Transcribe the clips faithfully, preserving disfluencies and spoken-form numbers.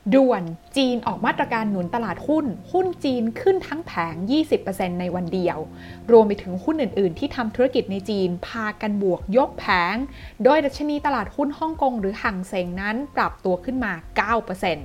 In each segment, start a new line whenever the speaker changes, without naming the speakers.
ด่วนจีนออกมาตรการหนุนตลาดหุ้นหุ้นจีนขึ้นทั้งแผง ยี่สิบเปอร์เซ็นต์ ในวันเดียวรวมไปถึงหุ้นอื่นๆที่ทำธุรกิจในจีนพากันบวกยกแผงโดยดัชนีตลาดหุ้นฮ่องกงหรือหั่งเส็งนั้นปรับตัวขึ้นมา เก้าเปอร์เซ็นต์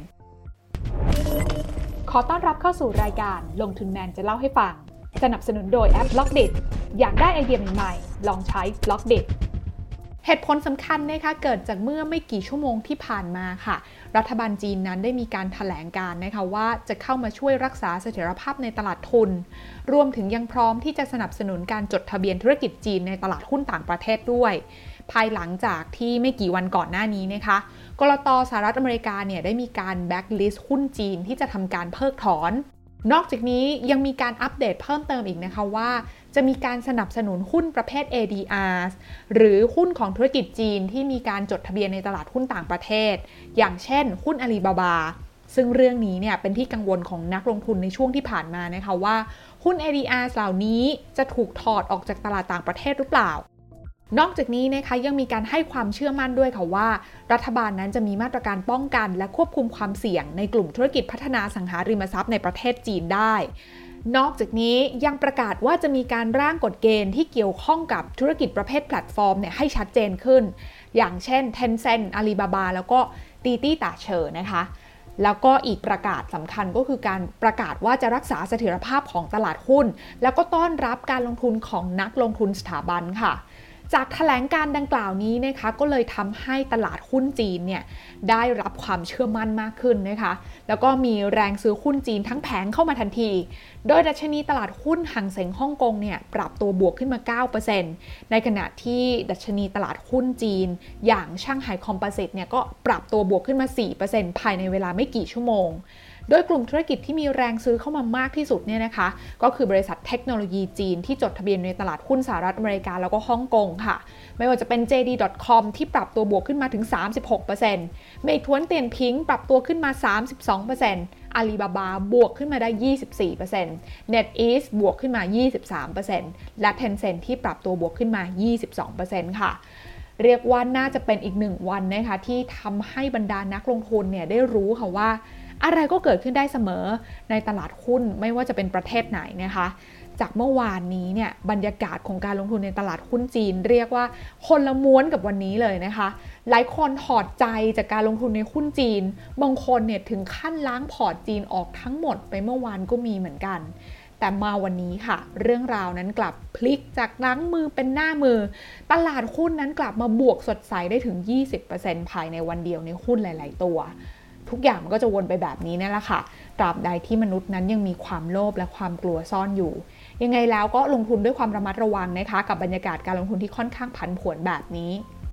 ขอต้อนรับเข้าสู่รายการลงทุนแมนจะเล่าให้ฟังสนับสนุนโดยแอป Blockdit อยากได้ไอเดียใหม่ๆลองใช้ Blockditเหตุผลสำคัญนะคะเกิดจากเมื่อไม่กี่ชั่วโมงที่ผ่านมาค่ะรัฐบาลจีนนั้นได้มีการแถลงการนะคะว่าจะเข้ามาช่วยรักษาเสถียรภาพในตลาดทุนรวมถึงยังพร้อมที่จะสนับสนุนการจดทะเบียนธุรกิจจีนในตลาดหุ้นต่างประเทศด้วยภายหลังจากที่ไม่กี่วันก่อนหน้านี้นะคะกลต.สหรัฐอเมริกาเนี่ยได้มีการแบ็คลิสต์หุ้นจีนที่จะทำการเพิกถอนนอกจากนี้ยังมีการอัปเดตเพิ่มเติมอีกนะคะว่าจะมีการสนับสนุนหุ้นประเภท เอ ดี อาร์ หรือหุ้นของธุรกิจจีนที่มีการจดทะเบียนในตลาดหุ้นต่างประเทศอย่างเช่นหุ้นอาลีบาบาซึ่งเรื่องนี้เนี่ยเป็นที่กังวลของนักลงทุนในช่วงที่ผ่านมานะคะว่าหุ้น เอ ดี อาร์ เหล่านี้จะถูกถอดออกจากตลาดต่างประเทศหรือเปล่านอกจากนี้นะคะยังมีการให้ความเชื่อมั่นด้วยค่ะว่ารัฐบาลนั้นจะมีมาตรการป้องกันและควบคุมความเสี่ยงในกลุ่มธุรกิจพัฒนาอสังหาริมทรัพย์ในประเทศจีนได้นอกจากนี้ยังประกาศว่าจะมีการร่างกฎเกณฑ์ที่เกี่ยวข้องกับธุรกิจประเภทแพลตฟอร์มเนี่ยให้ชัดเจนขึ้นอย่างเช่น Tencent Alibaba แล้วก็ตีตี้ตาเฉอนะคะแล้วก็อีกประกาศสำคัญก็คือการประกาศว่าจะรักษาเสถียรภาพของตลาดหุ้นแล้วก็ต้อนรับการลงทุนของนักลงทุนสถาบันค่ะจากแถลงการดังกล่าวนี้นะคะก็เลยทำให้ตลาดหุ้นจีนเนี่ยได้รับความเชื่อมั่นมากขึ้นนะคะแล้วก็มีแรงซื้อหุ้นจีนทั้งแผงเข้ามาทันทีโดยดัชนีตลาดหุ้นหั่งเส็งฮ่องกงเนี่ยปรับตัวบวกขึ้นมา เก้าเปอร์เซ็นต์ ในขณะที่ดัชนีตลาดหุ้นจีนอย่างช่างไห่คอมโพสิตเนี่ยก็ปรับตัวบวกขึ้นมา สี่เปอร์เซ็นต์ ภายในเวลาไม่กี่ชั่วโมงโดยกลุ่มธุรกิจที่มีแรงซื้อเข้ามามากที่สุดเนี่ยนะคะก็คือบริษัทเทคโนโลยีจีนที่จดทะเบียนในตลาดหุ้นสหรัฐอเมริกาแล้วก็ฮ่องกงค่ะไม่ว่าจะเป็น เจ ดี ดอท คอม ที่ปรับตัวบวกขึ้นมาถึง สามสิบหกเปอร์เซ็นต์ เมยทวนเตียนพิงปรับตัวขึ้นมา สามสิบสองเปอร์เซ็นต์ Alibaba บวกขึ้นมาได้ ยี่สิบสี่เปอร์เซ็นต์ NetEase บวกขึ้นมา ยี่สิบสามเปอร์เซ็นต์ และ Tencent ที่ปรับตัวบวกขึ้นมา ยี่สิบสองเปอร์เซ็นต์ ค่ะเรียกว่าน่าจะเป็นอีกหนึ่งวันนะคะที่ทำให้บรรดานักลงทุนเนี่ยได้รู้ค่ะว่าอะไรก็เกิดขึ้นได้เสมอในตลาดหุ้นไม่ว่าจะเป็นประเทศไหนนะคะจากเมื่อวานนี้เนี่ยบรรยากาศของการลงทุนในตลาดหุ้นจีนเรียกว่าคนละม้วนกับวันนี้เลยนะคะหลายคนถอดใจจากการลงทุนในหุ้นจีนบางคนเนี่ยถึงขั้นล้างพอร์ตจีนออกทั้งหมดไปเมื่อวานก็มีเหมือนกันแต่มาวันนี้ค่ะเรื่องราวนั้นกลับพลิกจากล้างมือเป็นหน้ามือตลาดหุ้นนั้นกลับมาบวกสดใสได้ถึง ยี่สิบเปอร์เซ็นต์ ภายในวันเดียวในหุ้นหลายๆตัวทุกอย่างมันก็จะวนไปแบบนี้นั่นแหละค่ะตราบใดที่มนุษย์นั้นยังมีความโลภและความกลัวซ่อนอยู่ยังไงแล้วก็ลงทุนด้วยความระมัดระวังนะคะกับบรรยากาศการลงทุนที่ค่อนข้างผันผวนแบบนี้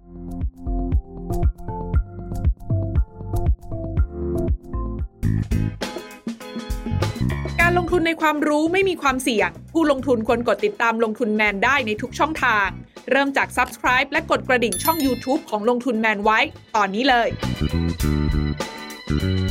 การลงทุนในความรู้ไม่มีความเสี่ยงผู้ลงทุนควรกดติดตามลงทุนแมนได้ในทุกช่องทางเริ่มจาก Subscribe และกดกระดิ่งช่อง YouTube ของลงทุนแมนไว้ตอนนี้เลย